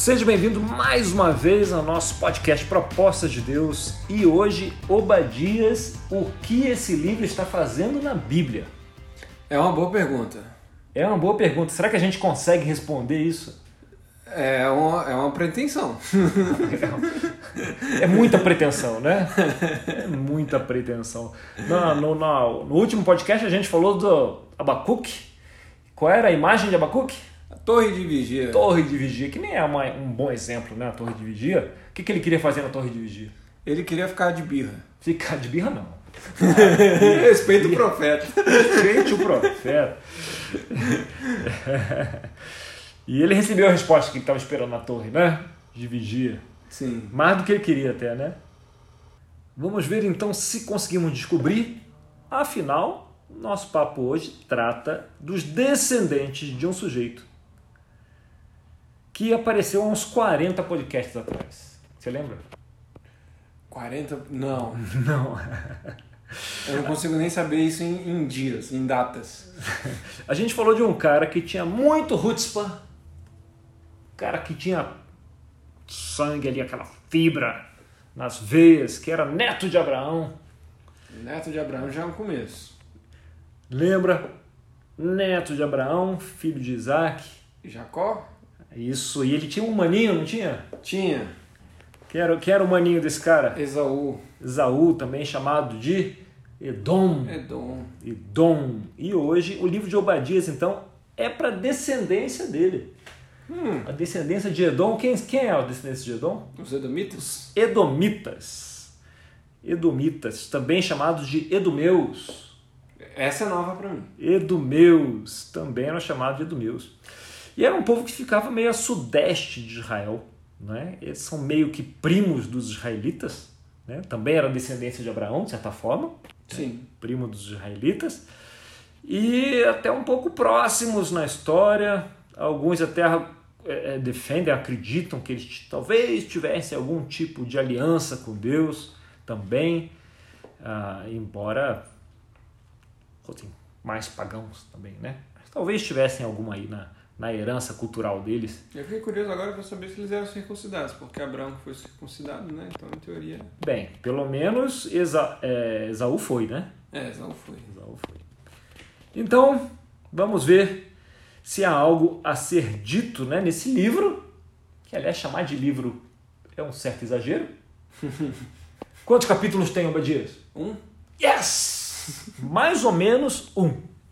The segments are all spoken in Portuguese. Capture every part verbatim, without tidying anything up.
Seja bem-vindo mais uma vez ao nosso podcast Propostas de Deus e hoje, Obadias, o que esse livro está fazendo na Bíblia? É uma boa pergunta. É uma boa pergunta. Será que a gente consegue responder isso? É uma, é uma pretensão. É muita pretensão, né? É muita pretensão. No, no, no, no último podcast a gente falou do Abacuque. Qual era a imagem de Abacuque? A torre de vigia. Torre de vigia, que nem é uma, um bom exemplo, né? A torre de vigia. O que, que ele queria fazer na torre de vigia? Ele queria ficar de birra. Ficar de birra, não. Respeita o profeta. Respeite o profeta. E ele recebeu a resposta que ele estava esperando na torre, né? De vigia. Sim. Mais do que ele queria até, né? Vamos ver então se conseguimos descobrir. Afinal, nosso papo hoje trata dos descendentes de um sujeito que apareceu há uns quarenta podcasts atrás. Você lembra? quarenta? Não. Não. Eu não consigo nem saber isso em, em dias, em datas. A gente falou de um cara que tinha muito chutzpah, cara que tinha sangue ali, aquela fibra nas veias, que era neto de Abraão. Neto de Abraão já é um começo. Lembra? Neto de Abraão, filho de Isaac. E Jacó? Isso, e ele tinha um maninho, não tinha? Tinha. Que era, que era o maninho desse cara? Esaú. Esaú, também chamado de Edom. Edom. Edom. E hoje o livro de Obadias, então, é para descendência dele. Hum. A descendência de Edom. Quem, quem é a descendência de Edom? Os Edomitas? Edomitas. Edomitas, também chamados de Edomeus. Essa é nova para mim. Edomeus, também eram chamados de Edomeus. E era um povo que ficava meio a sudeste de Israel. Né? Eles são meio que primos dos israelitas. Né? Também eram descendência de Abraão, de certa forma. Sim. Né? Primo dos israelitas. E até um pouco próximos na história. Alguns até é, defendem, acreditam que eles talvez tivessem algum tipo de aliança com Deus também. Ah, embora fossem mais pagãos também, né? Mas talvez tivessem alguma aí na, na herança cultural deles. Eu fiquei curioso agora para saber se eles eram circuncidados, porque Abraão foi circuncidado, né? Então, em teoria... Bem, pelo menos Esa, é, Esaú foi, né? É, Esaú foi. Esaú foi. Então, vamos ver se há algo a ser dito, né, nesse livro, que aliás chamar de livro é um certo exagero. Quantos capítulos tem Obadias? Um? Yes! Mais ou menos um.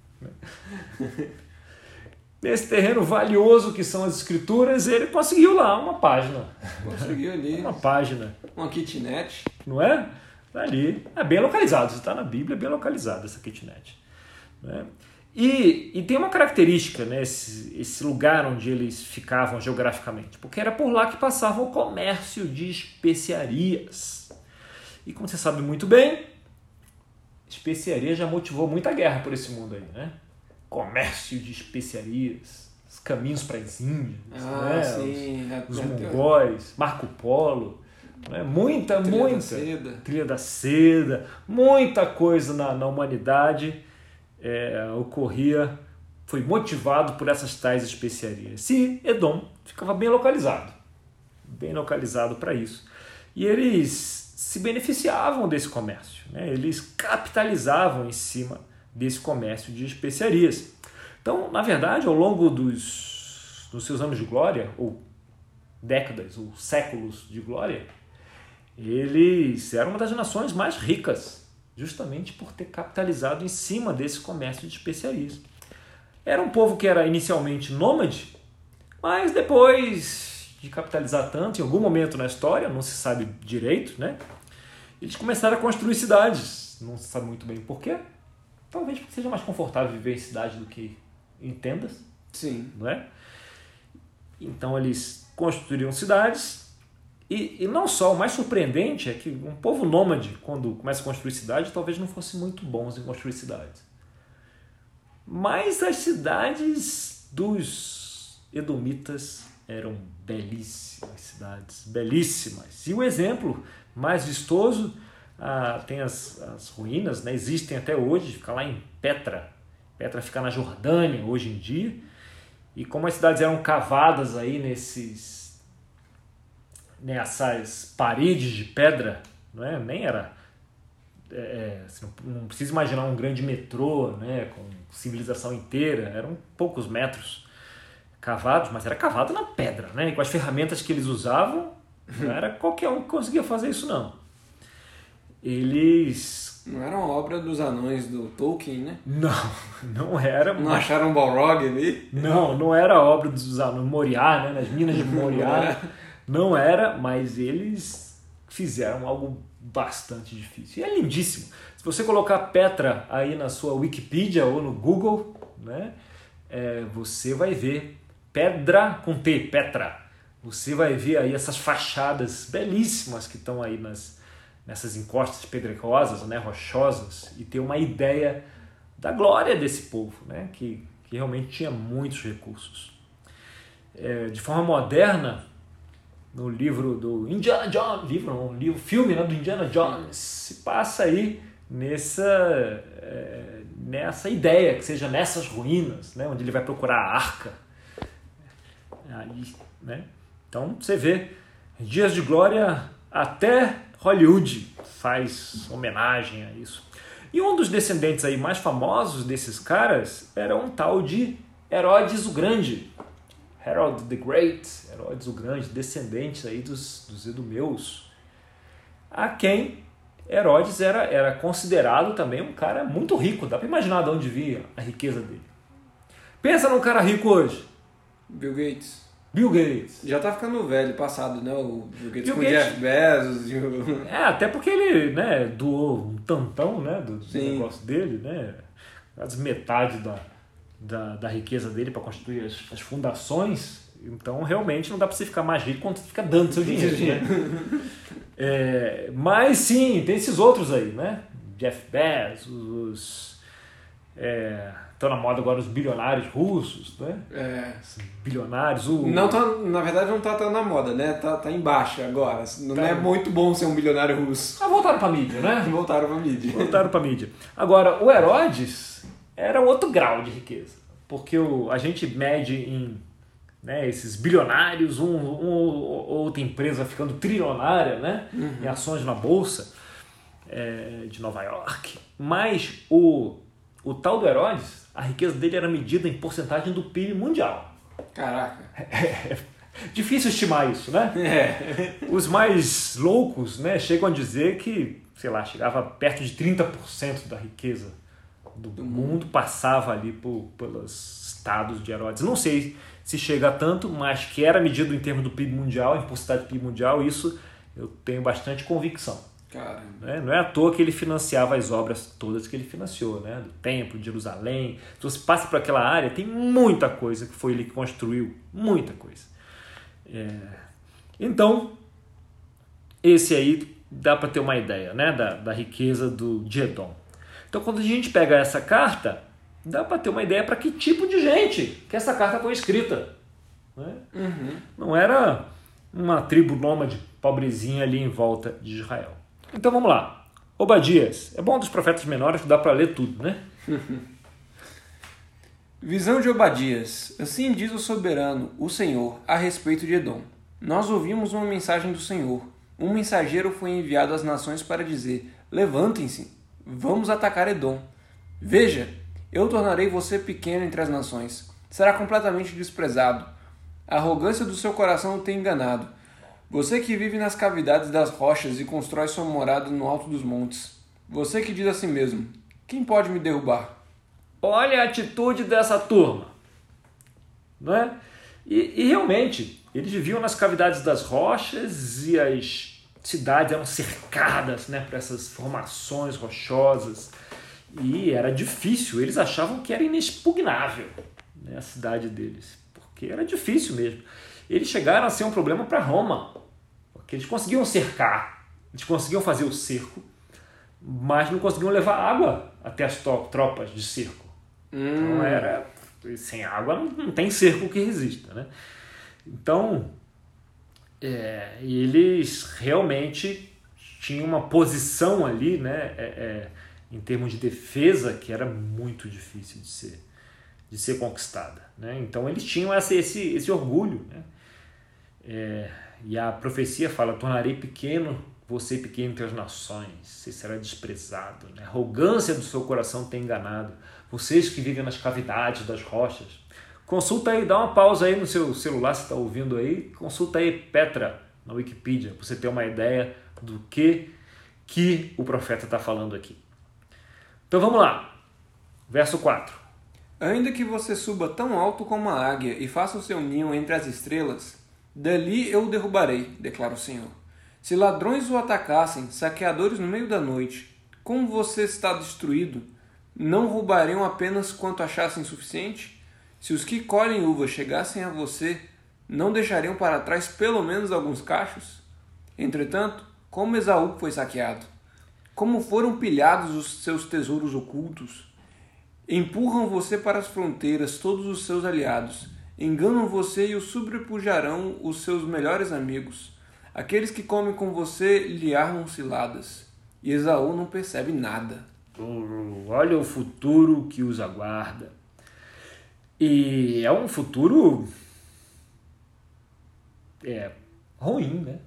Nesse terreno valioso que são as escrituras, ele conseguiu lá uma página. Conseguiu ali. Uma página. Uma kitnet. Não é? Tá ali. É bem localizado. Se está na Bíblia, é bem localizado essa kitnet. Né? E, e tem uma característica, né? Esse, esse lugar onde eles ficavam geograficamente. Porque era por lá que passava o comércio de especiarias. E como você sabe muito bem, especiaria já motivou muita guerra por esse mundo aí, né? Comércio de especiarias, os caminhos para as Índias, ah, né? sim. os, os mongóis, Marco Polo, né? muita, Trilha muita da seda. trilha da seda, muita coisa na, na humanidade é, ocorria, foi motivado por essas tais especiarias. E Edom ficava bem localizado, bem localizado para isso. E eles se beneficiavam desse comércio, né? Eles capitalizavam em cima desse comércio de especiarias. Então, na verdade, ao longo dos, dos seus anos de glória, ou décadas, ou séculos de glória, eles eram uma das nações mais ricas, justamente por ter capitalizado em cima desse comércio de especiarias. Era um povo que era inicialmente nômade, mas depois de capitalizar tanto, em algum momento na história, não se sabe direito, né? Eles começaram a construir cidades, não se sabe muito bem por quê. Talvez porque seja mais confortável viver em cidade do que em tendas. Sim. Não é? Então eles construíram cidades e, e não só, o mais surpreendente é que um povo nômade, quando começa a construir cidade, talvez não fosse muito bons em construir cidades. Mas as cidades dos edomitas eram belíssimas cidades, belíssimas. E o exemplo mais vistoso, ah, tem as, as ruínas, né? Existem até hoje, fica lá em Petra. Petra fica na Jordânia hoje em dia. E como as cidades eram cavadas aí nesses, nessas paredes de pedra, não é? Nem era... É, assim, não precisa imaginar um grande metrô, né, com civilização inteira, eram poucos metros cavados, mas era cavado na pedra, né, e com as ferramentas que eles usavam, não era qualquer um que conseguia fazer isso, não. Eles... Não era uma obra dos anões do Tolkien, né? Não, não era. Não mas... acharam um Balrog ali? Não, não era obra dos anões, Moriá, né, nas minas de Moriá, não era, mas eles fizeram algo bastante difícil. E é lindíssimo. Se você colocar Petra aí na sua Wikipedia ou no Google, né, é, você vai ver pedra com T, Petra. Você vai ver aí essas fachadas belíssimas que estão aí nas, nessas encostas pedregosas, né, rochosas, e ter uma ideia da glória desse povo, né, que, que realmente tinha muitos recursos. É, de forma moderna, no livro do Indiana Jones, livro não, livro, filme, né, do Indiana Jones, se passa aí nessa, é, nessa ideia, que seja nessas ruínas, né, onde ele vai procurar a arca. Aí, né? Então você vê, Dias de Glória, até Hollywood faz homenagem a isso. E um dos descendentes aí mais famosos desses caras era um tal de Herodes o Grande. Harold the Great, Herodes o Grande, descendente aí dos, dos Edomeus, a quem Herodes era, era considerado também um cara muito rico. Dá para imaginar de onde via a riqueza dele. Pensa num cara rico hoje. Bill Gates. Bill Gates. Já tá ficando velho, passado, né? O Bill Gates Bill com Gates... Jeff Bezos. E o... É, até porque ele, né, doou um tantão, né, do, do negócio dele, né? Quase metade da... Da, da riqueza dele para construir as, as fundações, então realmente não dá para você ficar mais rico quando você fica dando seu dinheiro, né? É, mas sim, tem esses outros aí, né? Jeff Bezos, os, é, estão na moda agora os bilionários russos, né? É. Bilionários. O... Não tá, na verdade não tá tão na moda, né? Tá, tá em baixa agora. Não tá. É muito bom ser um bilionário russo. Ah, voltaram para mídia, né? Voltaram para mídia. Voltaram para mídia. Agora, o Herodes era outro grau de riqueza, porque o, a gente mede em, né, esses bilionários, um, um, outra empresa ficando trilionária, né, uhum. em ações na bolsa é, de Nova York, mas o, o tal do Herodes, a riqueza dele era medida em porcentagem do P I B mundial. Caraca! É difícil estimar isso, né? É. Os mais loucos, né, chegam a dizer que, sei lá, chegava perto de trinta por cento da riqueza do, do mundo, mundo passava ali por, pelos estados de Herodes. Não sei se chega a tanto, mas que era medido em termos do P I B mundial, em porcentagem do P I B mundial, isso eu tenho bastante convicção. Caramba. Né? Não é à toa que ele financiava as obras todas que ele financiou, né? Do Templo, de Jerusalém. Se você passa por aquela área, tem muita coisa que foi ele que construiu, muita coisa. É... Então, esse aí dá para ter uma ideia, né? da, da riqueza do, de Edom. Então, quando a gente pega essa carta, dá para ter uma ideia para que tipo de gente que essa carta foi escrita. Né? Uhum. Não era uma tribo nômade, pobrezinha ali em volta de Israel. Então, vamos lá. Obadias. É bom dos profetas menores que dá para ler tudo, né? Visão de Obadias. Assim diz o soberano, o Senhor, a respeito de Edom. Nós ouvimos uma mensagem do Senhor. Um mensageiro foi enviado às nações para dizer: levantem-se. Vamos atacar Edom. Veja, eu tornarei você pequeno entre as nações. Será completamente desprezado. A arrogância do seu coração o tem enganado. Você que vive nas cavidades das rochas e constrói sua morada no alto dos montes. Você que diz a si mesmo: quem pode me derrubar? Olha a atitude dessa turma. Não é? E, e realmente, eles viviam nas cavidades das rochas e as cidades eram cercadas, né, por essas formações rochosas e era difícil, eles achavam que era inexpugnável, né, a cidade deles, porque era difícil mesmo. Eles chegaram a ser um problema para Roma, porque eles conseguiam cercar, eles conseguiam fazer o cerco, mas não conseguiam levar água até as tropas de cerco. Hum. Então era, sem água não, não tem cerco que resista, né? Então É, e eles realmente tinham uma posição ali, né, é, é, em termos de defesa, que era muito difícil de ser, de ser conquistada. Né? Então eles tinham essa, esse, esse orgulho. Né? É, e a profecia fala: tornarei pequeno você pequeno entre as nações, você será desprezado. Né? A arrogância do seu coração tem enganado. Vocês que vivem nas cavidades das rochas. Consulta aí, dá uma pausa aí no seu celular, se está ouvindo aí. Consulta aí Petra na Wikipedia, para você ter uma ideia do que, que o profeta está falando aqui. Então vamos lá. Verso quatro. Ainda que você suba tão alto como a águia e faça o seu ninho entre as estrelas, dali eu o derrubarei, declara o Senhor. Se ladrões o atacassem, saqueadores no meio da noite, como você está destruído, não roubariam apenas quanto achassem suficiente? Se os que colhem uvas chegassem a você, não deixariam para trás pelo menos alguns cachos? Entretanto, como Esaú foi saqueado? Como foram pilhados os seus tesouros ocultos? Empurram você para as fronteiras todos os seus aliados, enganam você e o sobrepujarão os seus melhores amigos. Aqueles que comem com você lhe armam ciladas, e Esaú não percebe nada. Olha o futuro que os aguarda. E é um futuro é, ruim, né?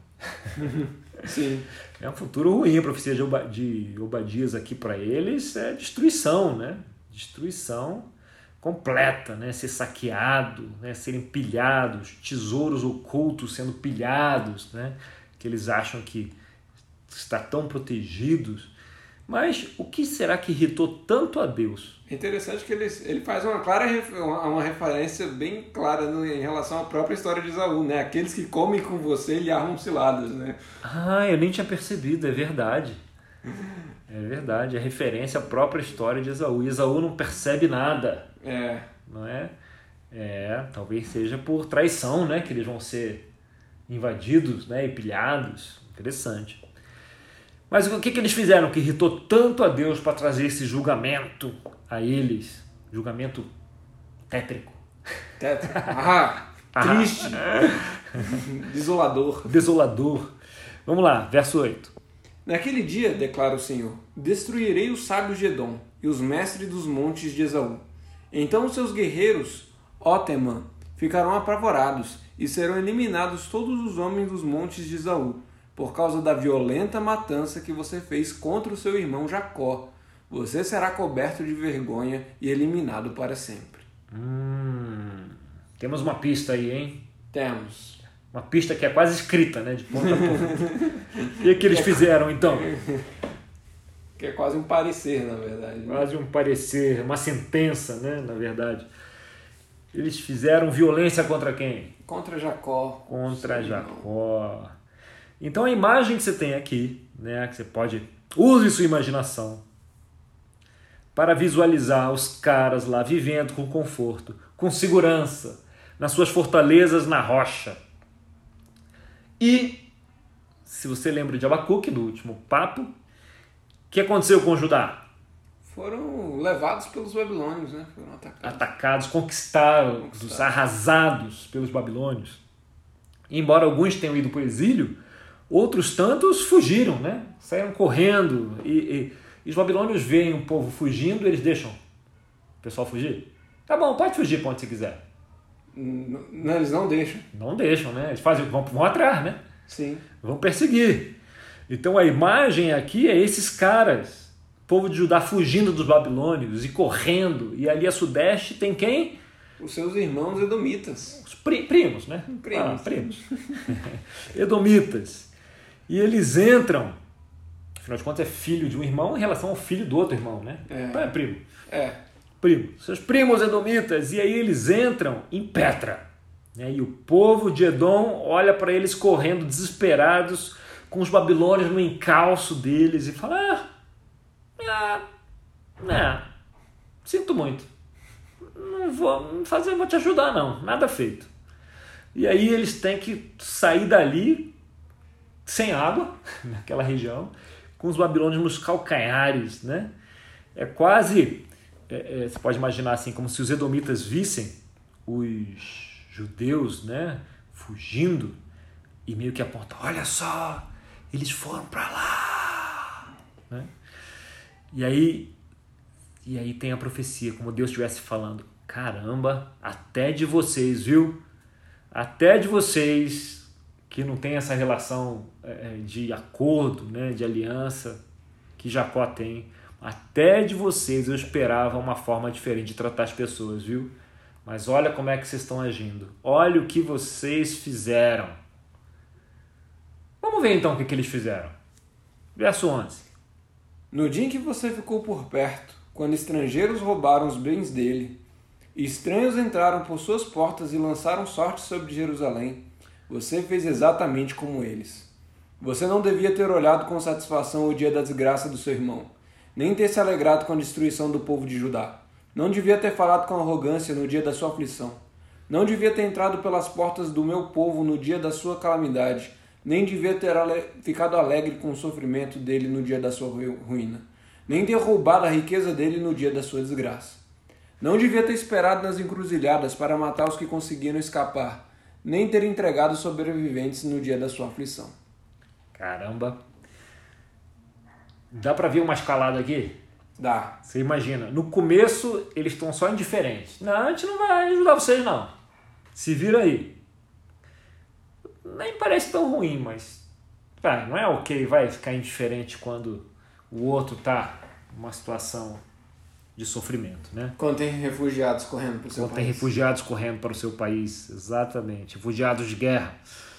Sim. É um futuro ruim. A profecia de Obadias aqui para eles é destruição, né? Destruição completa, né? Ser saqueado, né? Serem pilhados, tesouros ocultos sendo pilhados, né? Que eles acham que está tão protegidos. Mas o que será que irritou tanto a Deus? É interessante que ele, ele faz uma clara uma referência bem clara no, em relação à própria história de Esaú, né? Aqueles que comem com você lhe armam ciladas, né? Ah, eu nem tinha percebido, é verdade. É verdade, é referência à própria história de Esaú. E Esaú não percebe nada. É. Não é? É, talvez seja por traição, né? Que eles vão ser invadidos, né? E pilhados. Interessante. Mas o que, que eles fizeram que irritou tanto a Deus para trazer esse julgamento a eles? Julgamento tétrico. Tétrico. Ah, triste. Desolador. Desolador. Vamos lá, verso oito. Naquele dia, declara o Senhor, destruirei os sábios de Edom e os mestres dos montes de Esaú. Então os seus guerreiros, ó Temã, ficarão apavorados e serão eliminados todos os homens dos montes de Esaú, por causa da violenta matança que você fez contra o seu irmão Jacó. Você será coberto de vergonha e eliminado para sempre. Hum, temos uma pista aí, hein? Temos. Uma pista que é quase escrita, né? De ponta a ponta. E o que eles fizeram, então? Que é quase um parecer, na verdade. Né? Quase um parecer, uma sentença, né? Na verdade. Eles fizeram violência contra quem? Contra Jacó. Contra Jacó. Então a imagem que você tem aqui, né, que você pode... Use sua imaginação para visualizar os caras lá vivendo com conforto, com segurança, nas suas fortalezas na rocha. E, se você lembra de Abacuque, do último papo, o que aconteceu com Judá? Foram levados pelos babilônios, né? Foram atacados. Atacados, conquistados, conquistados. Arrasados pelos babilônios. E, embora alguns tenham ido para o exílio, outros tantos fugiram, né? Saíram correndo. E, e, e os babilônios veem o povo fugindo, eles deixam o pessoal fugir. Tá bom, pode fugir para onde você quiser. Não, eles não deixam. Não deixam, né? Eles fazem, vão, vão atrás, né? Sim. Vão perseguir. Então a imagem aqui é esses caras, o povo de Judá fugindo dos babilônios e correndo. E ali a sudeste tem quem? Os seus irmãos edomitas. Os pri primos, né? Primos. Ah, primos. Edomitas. E eles entram, afinal de contas é filho de um irmão em relação ao filho do outro irmão, né? É, então é primo. É. Primo. Seus primos edomitas. E aí eles entram em Petra. Né? E o povo de Edom olha para eles correndo desesperados, com os babilônios no encalço deles e fala: ah, ah, ah, sinto muito. Não vou não fazer, não vou te ajudar não. Nada feito. E aí eles têm que sair dali sem água, naquela região, com os babilônios nos calcanhares, né? É quase, é, é, você pode imaginar assim, como se os edomitas vissem os judeus, né, fugindo e meio que apontam: olha só, eles foram para lá, né? E aí, e aí tem a profecia, como Deus estivesse falando: caramba, até de vocês, viu? Até de vocês que não tem essa relação é, de acordo, né, de aliança que Jacó tem. Até de vocês eu esperava uma forma diferente de tratar as pessoas, viu? Mas olha como é que vocês estão agindo. Olha o que vocês fizeram. Vamos ver então o que, que eles fizeram. Verso onze. No dia em que você ficou por perto, quando estrangeiros roubaram os bens dele, e estranhos entraram por suas portas e lançaram sorte sobre Jerusalém, você fez exatamente como eles. Você não devia ter olhado com satisfação o dia da desgraça do seu irmão, nem ter se alegrado com a destruição do povo de Judá. Não devia ter falado com arrogância no dia da sua aflição. Não devia ter entrado pelas portas do meu povo no dia da sua calamidade, nem devia ter ale... ficado alegre com o sofrimento dele no dia da sua ruína, nem ter roubado a riqueza dele no dia da sua desgraça. Não devia ter esperado nas encruzilhadas para matar os que conseguiram escapar, nem ter entregado os sobreviventes no dia da sua aflição. Caramba! Dá pra ver uma escalada aqui? Dá. Você imagina, no começo eles estão só indiferentes. Não, a gente não vai ajudar vocês não. Se vira aí. Nem parece tão ruim, mas vai, não é ok, vai ficar indiferente quando o outro tá numa situação de sofrimento, né? Quando tem refugiados correndo para o seu Quando país. tem refugiados correndo para o seu país, exatamente, refugiados de guerra.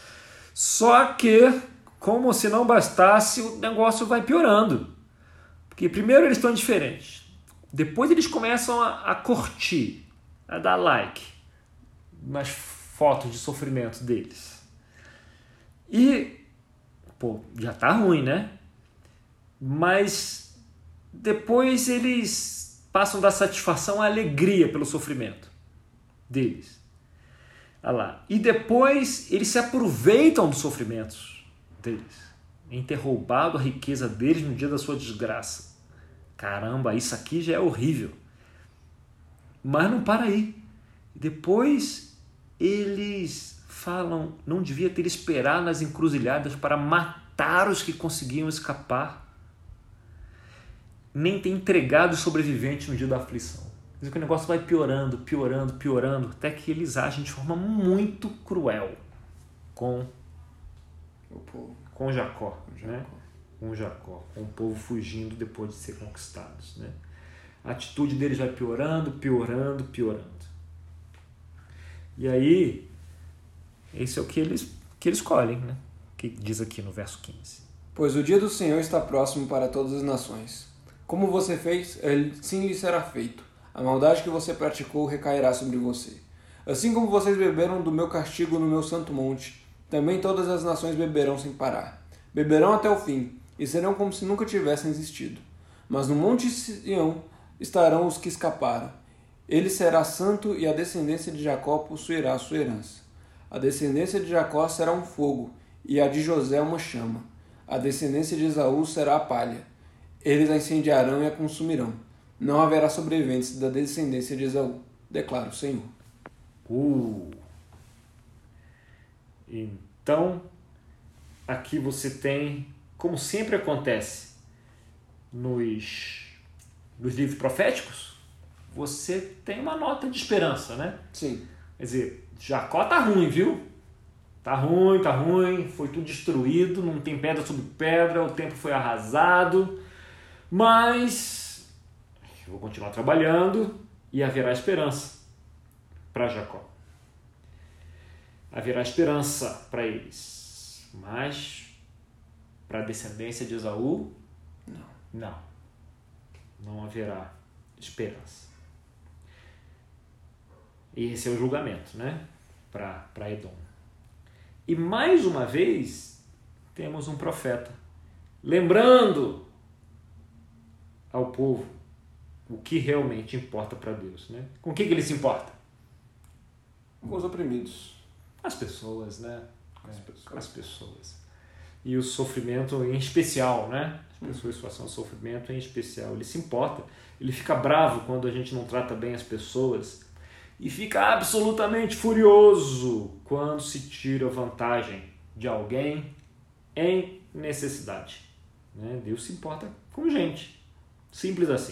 Só que, como se não bastasse, o negócio vai piorando. Porque primeiro eles estão indiferentes, depois eles começam a, a curtir, a dar like nas fotos de sofrimento deles. E, pô, já tá ruim, né? Mas depois eles passam da satisfação à alegria pelo sofrimento deles. Olha lá. E depois eles se aproveitam dos sofrimentos deles, em ter roubado a riqueza deles no dia da sua desgraça. Caramba, isso aqui já é horrível. Mas não para aí. Depois eles falam, não devia ter esperado nas encruzilhadas para matar os que conseguiam escapar, nem ter entregado os sobreviventes no dia da aflição. Quer dizer que o negócio vai piorando, piorando, piorando, até que eles agem de forma muito cruel com O povo. com Jacó, Com Jacó. né? Com Jacó, com o povo fugindo depois de ser conquistados, né? A atitude deles vai piorando, piorando, piorando. E aí, esse é o que eles, que eles escolhem, né? Que diz aqui no verso quinze. Pois o dia do Senhor está próximo para todas as nações. Como você fez, assim lhe será feito. A maldade que você praticou recairá sobre você. Assim como vocês beberam do meu castigo no meu santo monte, também todas as nações beberão sem parar. Beberão até o fim, e serão como se nunca tivessem existido. Mas no monte Sião estarão os que escaparam. Ele será santo e a descendência de Jacó possuirá a sua herança. A descendência de Jacó será um fogo, e a de José uma chama. A descendência de Esaú será a palha. Eles a incendiarão e a consumirão. Não haverá sobreviventes da descendência de Esaú, declara o Senhor. Uh. Então, aqui você tem, como sempre acontece nos, nos livros proféticos, você tem uma nota de esperança, né? Sim. Quer dizer, Jacó tá ruim, viu? Tá ruim, tá ruim, foi tudo destruído, não tem pedra sobre pedra, o templo foi arrasado, mas eu vou continuar trabalhando e haverá esperança para Jacó. Haverá esperança para eles, mas para a descendência de Esaú, Não. não, não haverá esperança. E esse é o julgamento, né? Para Edom. E mais uma vez, temos um profeta lembrando ao povo o que realmente importa para Deus, né? Com o que, que ele se importa? Com os oprimidos. As pessoas, né? As É, pessoas. As pessoas. E o sofrimento em especial, né? As pessoas em situação de sofrimento em especial. Ele se importa, ele fica bravo quando a gente não trata bem as pessoas e fica absolutamente furioso quando se tira vantagem de alguém em necessidade, né? Deus se importa com gente. Simples assim.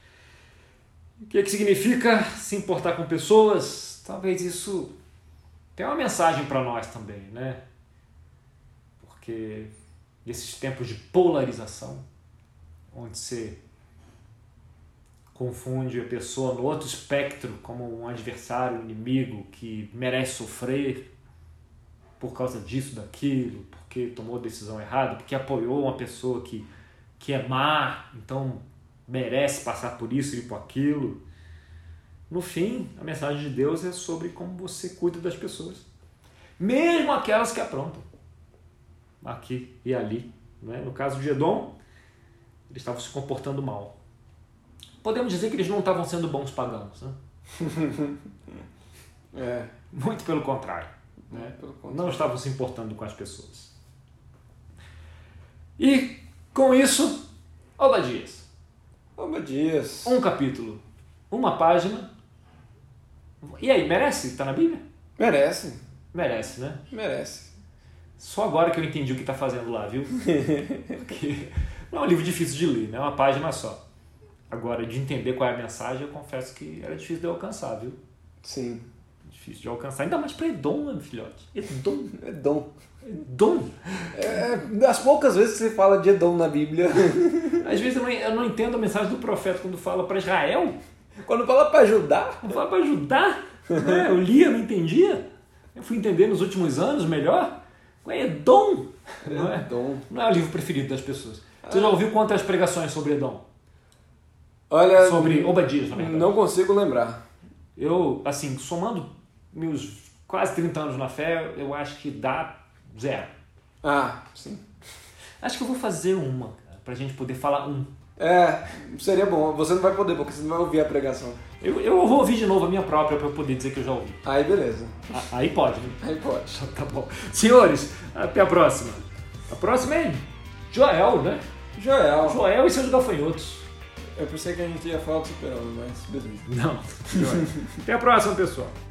O que, é que significa se importar com pessoas? Talvez isso tem uma mensagem para nós também, né? Porque nesses tempos de polarização, onde você confunde a pessoa no outro espectro como um adversário, um inimigo que merece sofrer por causa disso, daquilo, porque tomou a decisão errada, porque apoiou uma pessoa que, que é má, então merece passar por isso e por aquilo. No fim, a mensagem de Deus é sobre como você cuida das pessoas, mesmo aquelas que aprontam aqui e ali, né? No caso de Edom, eles estavam se comportando mal. Podemos dizer que eles não estavam sendo bons pagãos, né? É. Muito pelo contrário, né? Pelo contrário. Não estavam se importando com as pessoas. E com isso, Obadias. Obadias. Um capítulo, uma página. E aí, merece estar na Bíblia? Merece. Merece, né? Merece. Só agora que eu entendi o que está fazendo lá, viu? Porque não é um livro difícil de ler, né? É uma página só. Agora, de entender qual é a mensagem, eu confesso que era difícil de alcançar, viu? Sim. Difícil de alcançar. Ainda mais para Edom, meu filhote. Edom. Edom. Edom. É, das poucas vezes que você fala de Edom na Bíblia. Às vezes eu não, eu não entendo a mensagem do profeta quando fala para Israel. Quando fala para ajudar. Quando fala para ajudar. Né? Eu lia, não entendia. Eu fui entender nos últimos anos melhor. É Edom. Não é? Edom. Não é o livro preferido das pessoas. Você já ouviu quantas pregações sobre Edom? Olha, Sobre Obadias, na verdade. Não consigo lembrar. Eu, assim, somando meus quase trinta anos na fé, eu acho que dá zero. Ah, sim. Acho que eu vou fazer uma, cara, pra gente poder falar um. É, seria bom. Você não vai poder, porque você não vai ouvir a pregação. Eu, eu vou ouvir de novo a minha própria pra eu poder dizer que eu já ouvi. Aí beleza. A- Aí pode, né? Aí pode. Tá bom. Senhores, até a próxima. A próxima é Joel, né? Joel. Joel e seus gafanhotos. Eu pensei que a gente ia falar do super-homem, mas beleza. Não. Joel. Até a próxima, pessoal.